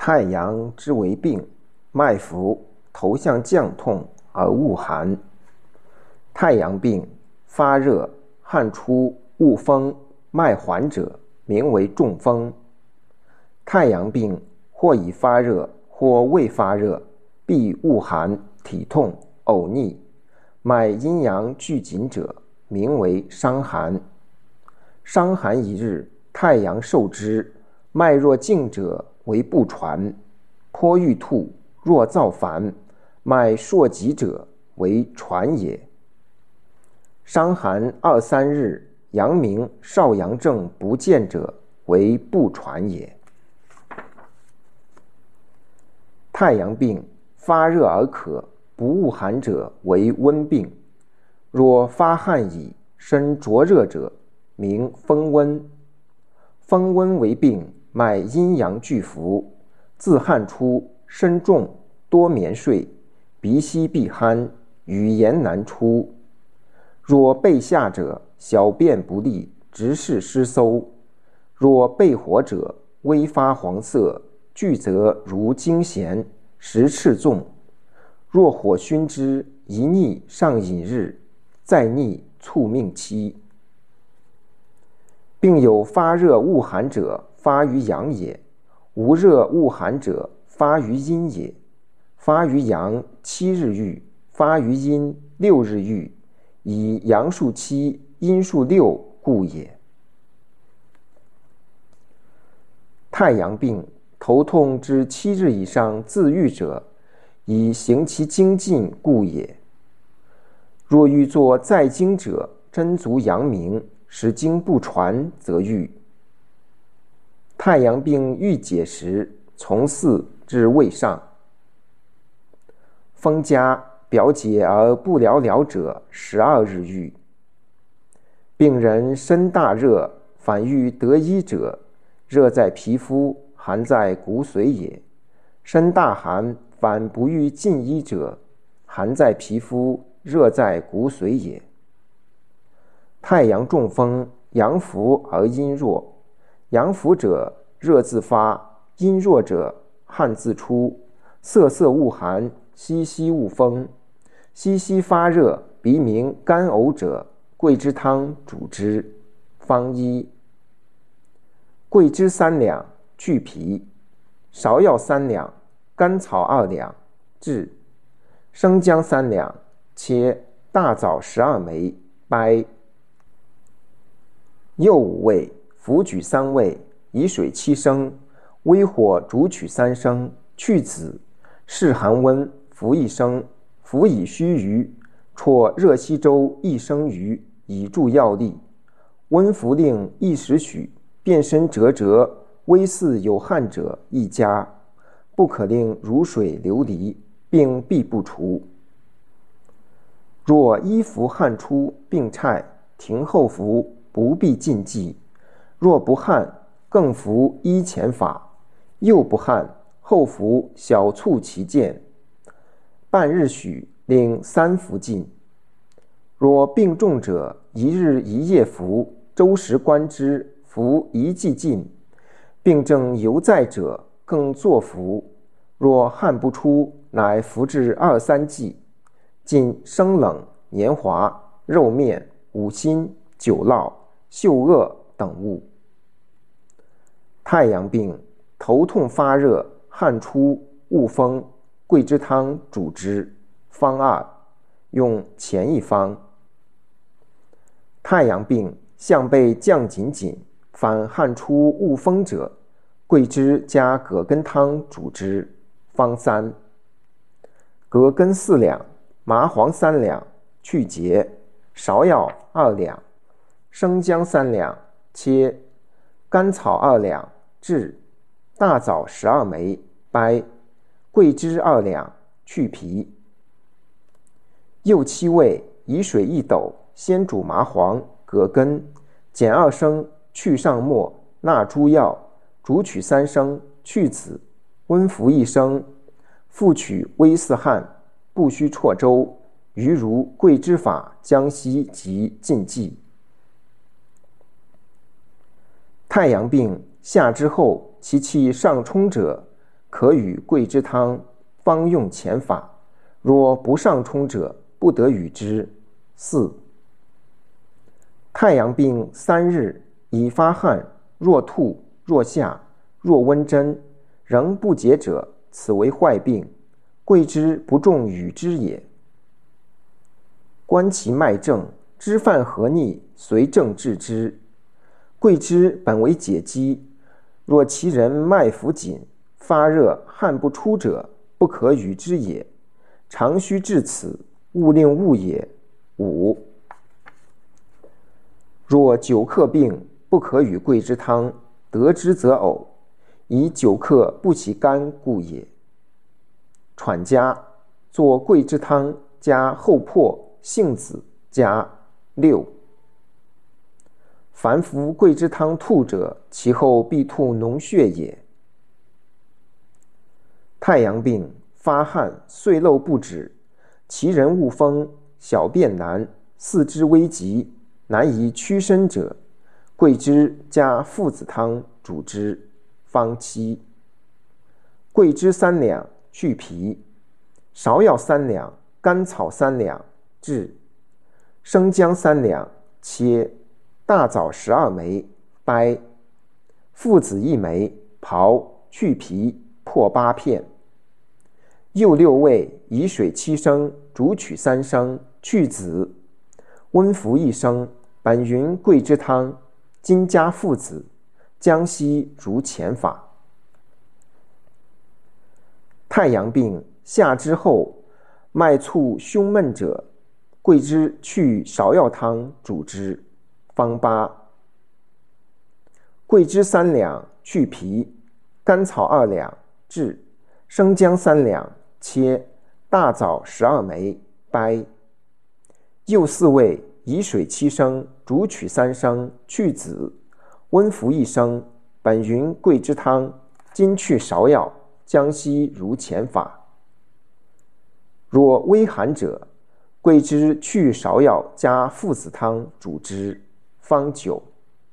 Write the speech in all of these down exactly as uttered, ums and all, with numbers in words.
太阳之为病，脉浮，头项降痛而恶寒。太阳病，发热，汗出，恶风，脉缓者，名为中风。太阳病或已发热，或未发热，必恶寒，体痛，呕逆，脉阴阳俱紧者，名为伤寒。伤寒一日，太阳受之，脉若静者为不传，颇欲吐，若燥烦，脉数急者为传也。伤寒二三日，阳明少阳症不见者为不传也。太阳病发热而渴，不恶寒者为温病。若发汗矣，身灼热者，名风温。风温为病，脉阴阳俱浮，自汗出，身重，多眠睡，鼻息必酣，语言难出。若背下者，小便不利，直视湿馊；若背火者，微发黄色，聚则如精弦，时赤纵。若火熏之，一逆上引日，再逆促命期。并有发热恶寒者，发于阳也；无热恶寒者，发于阴也。发于阳七日愈，发于阴六日愈，以阳数七，阴数六故也。太阳病，头痛之七日以上自愈者，以行其精进故也。若欲作在经者，真足阳明，使经不传，则愈。太阳病欲解时，从四至胃上。风加，表解而不了了者，十二日愈。病人身大热，反欲得医者，热在皮肤，寒在骨髓也。身大寒，反不欲进医者，寒在皮肤，热在骨髓也。太阳中风，阳浮而阴弱。阳浮者，热自发；阴弱者，汗自出，瑟瑟恶寒，息息恶风。息息发热，鼻鸣干呕者，桂枝汤主之。方医：桂枝三两，去皮；芍药三两，甘草二两，治；生姜三两，切；大枣十二枚，掰。右五味，伏举三味，以水七升，微火煮取三升，去子，试寒温，服一升，服以须臾，啜热稀粥一升余，以助药力。温服令一时许，遍身折折，微似有汗者一加，不可令如水流离，病必不除。若一服汗出，病差，停后服，不必禁忌；若不汗，更服依前法；又不汗，后服小促其见。半日许，令三服尽。若病重者，一日一夜服，周时观之，服一剂尽。病症犹在者，更作服。若汗不出，乃服至二三剂。尽生冷、黏滑、肉面、五辛、酒酪、嗅恶等物。太阳病，头痛发热，汗出，恶风，桂枝汤主之。方二，用前一方。太阳病，项背降紧紧，反汗出恶风者，桂枝加葛根汤主之。方三，葛根四两，麻黄三两，去结；芍药二两，生姜三两，切；甘草二两，治；大枣十二枚，掰；桂枝二两，去皮。右七味，以水一斗，先煮麻黄、葛根，减二升，去上末，纳诸药，煮取三升，去子，温服一升，复取微似汗，不须啜粥，余如桂枝法、姜息及禁忌。太阳病下之后，其气上冲者， 可与桂枝汤，方用前法。若不上冲者，不得与之。四、太阳病三日，已发汗，若吐，若下，若温针，仍不解者，此为坏病，桂枝不中与之也。观其脉证，知犯何逆，随症治之。桂枝本为解肌，若其人脉浮紧，发热，汗不出者，不可与之也。常须至此，勿令误也。五、若久克病，不可与桂枝汤，得之则呕，以久克不起肝故也。喘家，作桂枝汤，加厚朴、杏子，加六。凡服桂枝汤吐者，其后必吐脓血也。太阳病发汗，碎漏不止，其人恶风，小便难，四肢危急，难以屈伸者，桂枝加附子汤主之，方七。桂枝三两，去皮；芍药三两，甘草三两，治；生姜三两，切；大枣十二枚，掰；附子一枚，刨，去皮，破八片。柚六味，以水七升，煮取三升，去籽，温服一升。本云桂枝汤，今加附子，姜息如前法。太阳病下之后，脉促胸闷者，桂枝去芍药汤主之，方八。桂枝三两，去皮；甘草二两，治；生姜三两，切；大枣十二枚，掰；柚四味，以水七升，煮取三升，去籽，温服一升。本云桂枝汤，今去芍药，姜息如前法。若微寒者，桂枝去芍药加附子汤主之，方九。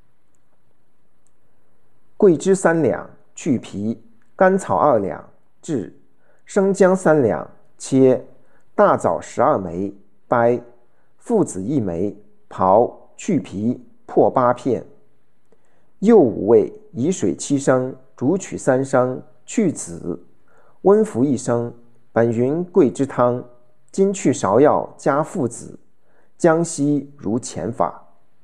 桂枝三两，去皮；甘草二两，治；生姜三两，切；大枣十二枚，掰；附子一枚，刨，去皮，破八片。柚五味，以水七升，煮取三升，去籽，温服一升。本云桂枝汤，今去芍药加附子，姜息如前法。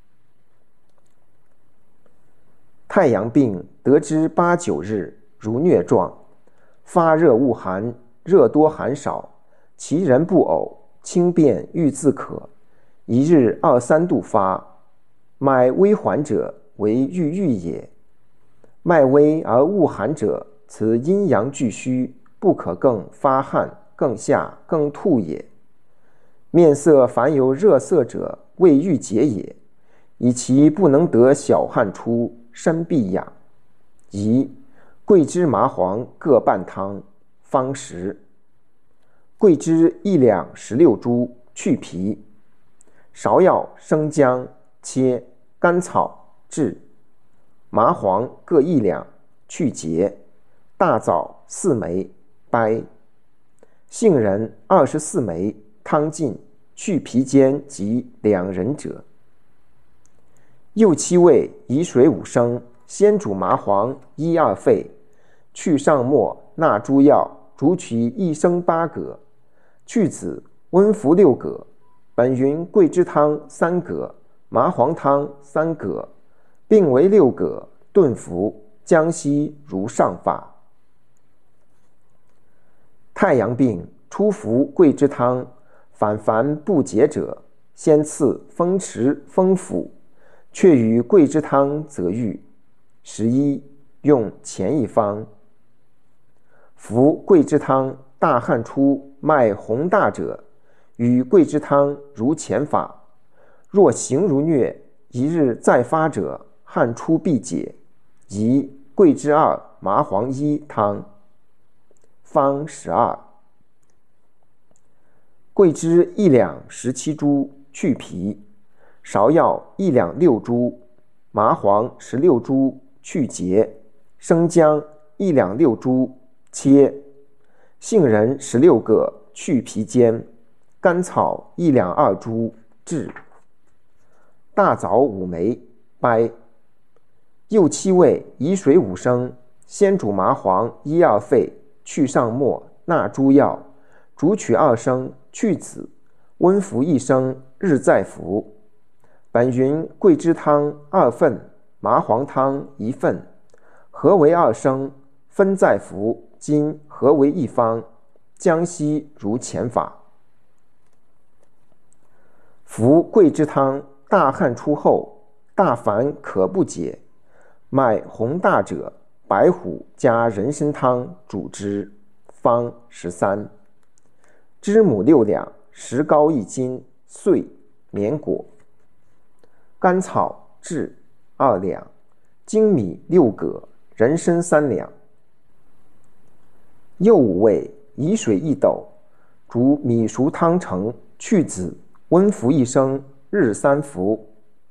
太阳病得之八九日，如疟状，发热恶寒，热多寒少，其人不呕，轻便欲自可，一日二三度发。脉微缓者，为郁郁也。脉微而恶寒者，此阴阳俱虚，不可更发汗，更下，更吐也。面色凡有热色者，谓郁结也，以其不能得小汗出，身必痒。宜桂枝麻黄各半汤，方十。桂枝一两十六株，去皮；芍药、生姜切；甘草治；麻黄各一两，去节；大枣四枚，掰；杏仁二十四枚，汤尽，去皮间及两人者。柚七味，以水五升，先煮麻黄一二沸，去上末，纳诸药，煮取一升八葛，去籽，温服六葛。本云桂枝汤三葛，麻黄汤三葛，并为六葛，炖服，姜息如上法。太阳病初服桂枝汤，反凡不解者，先赐风池、风府，却与桂枝汤则愈。十一，用前一方。服桂枝汤，大汗出，脉洪大者，与桂枝汤如前法。若行如疟，一日再发者，汗出必解，宜桂枝二、麻黄一汤。方十二。桂枝一两十七株，去皮；芍药一两六株，麻黄十六株，去节；生姜一两六株， 切。杏仁十六个，去皮尖。甘草一两二株，炙。大枣五枚，掰。柚七味，以水五升，先煮麻黄一二沸，去上末，纳诸药，煮取二升，去子，温服一升，日再服。本云桂枝汤二份，麻黄汤一份，合为二升，分再服。今合为一方，江西如前法。服桂枝汤，大汗出后，大烦可不解，脉洪大者，白虎加人参汤煮之，方十三。知母六两，石膏一斤，碎，绵果。甘草炙二两，粳米六葛，人参三两。柚五味，以水一斗，煮米熟汤成，去子，温服一升，日三服。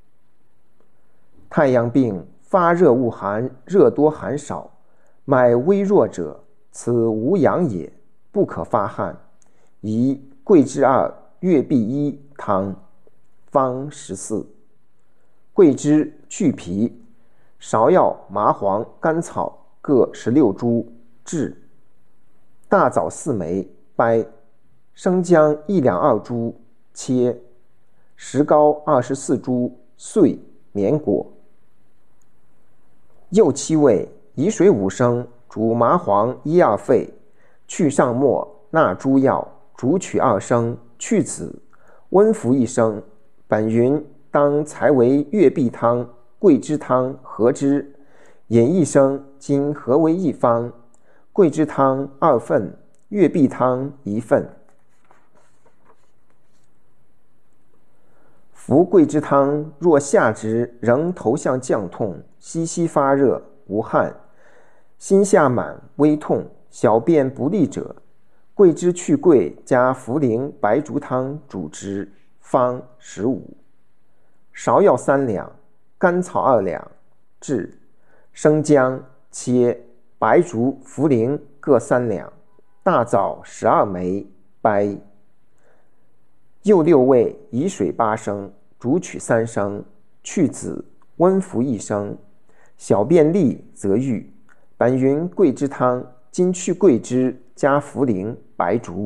太阳病，发热恶寒，热多寒少，脉微弱者，此无阳也，不可发汗，宜桂枝二、月碧一汤，方十四。桂枝去皮，芍药、麻黄、甘草各十六株，炙。大枣四枚，掰。生姜一两二株，切。石膏二十四株，碎，绵果。柚七味，以水五升，煮麻黄一二沸，去上末，纳诸药，煮取二升，去子，温服一升。本云当才为月碧汤、桂枝汤合之，饮一升，今合为一方。桂枝汤二份，月碧汤一份。服桂枝汤，若下肢仍头项降痛，息息发热，无汗，心下满，微痛，小便不利者，桂枝去桂加茯苓白术汤煮之，方十五。芍药三两，甘草二两，炙。生姜切，白术、茯苓各三两，大枣十二枚，掰。柚六味，以水八升，煮取三升，去子，温服一升。小便利则愈。本云桂枝汤，今去桂枝加茯苓、白术。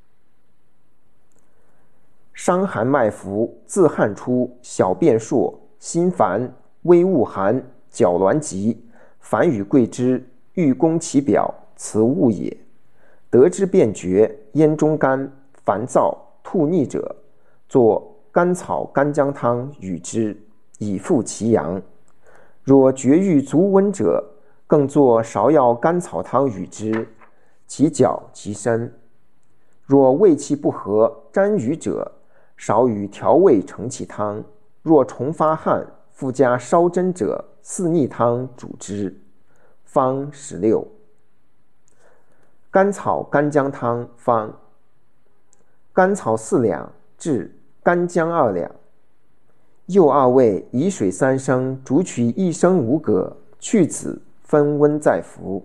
伤寒脉浮，自汗出，小便数，心烦，微恶寒，脚挛急，凡与桂枝，欲攻其表，此物也。得之便绝，咽中干，烦躁，吐逆者，作甘草干姜汤与之，以复其阳。若绝欲足温者，更作芍药甘草汤与之，其脚其身。若胃气不和，沾瘀者，少与调味承气汤。若重发汗，复加烧针者，四逆汤煮之，方十六。甘草干姜汤方。甘草四两，炙。干姜二两。柚二味，以水三升，煮取一升五葛，去子，分温再服。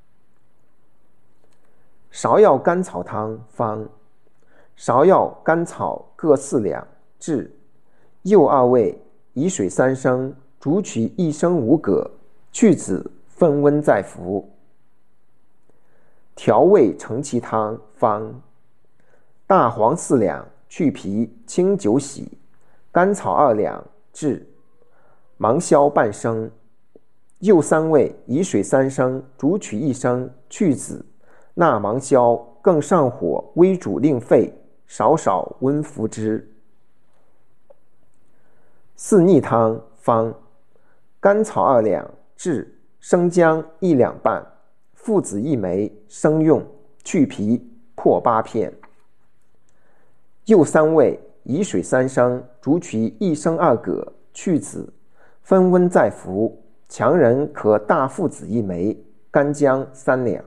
芍药甘草汤方。芍药、甘草各四两，炙。柚二味，以水三升，煮取一升五葛，去子，分温再服。调味承气汤方。大黄四两，去皮，清酒洗。甘草二两，炙。芒硝半升。柚三味，以水三升，煮取一升，去子，纳芒硝，更上火，微煮令沸，少少温服之。四逆汤方。甘草二两，炙。生姜一两半，附子一枚，生用，去皮，破八片。柚三味，以水三升，煮取一升二葛，去子，分温再服。强人可大附子一枚，干姜三两。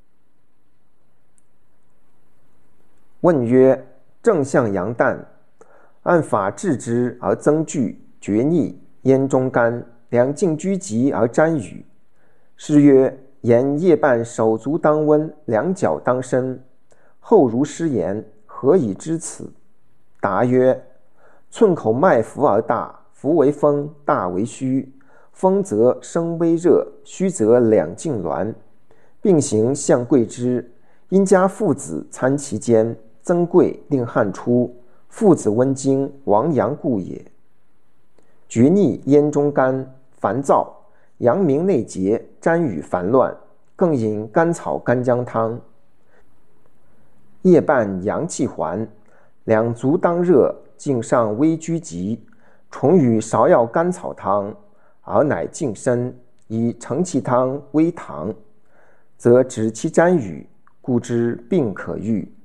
问曰：正向阳旦，按法治之而增聚，厥逆，咽中干，两颈拘急而沾语。诗曰： 言夜半手足当温，两脚当伸。后如失言，何以知此？答曰：寸口脉浮而大，浮为风，大为虚。风则生微热，虚则两尽挛。病形像桂枝，因家父子参其间，增贵令汗出，父子温经，亡阳故也。厥逆咽中干，烦躁，阳明内结，沾雨烦乱，更饮甘草干姜汤。夜半阳气还，两足当热，颈上微拘急，重与芍药甘草汤，而乃净身，以承气汤微糖，则止其沾雨，故知病可愈。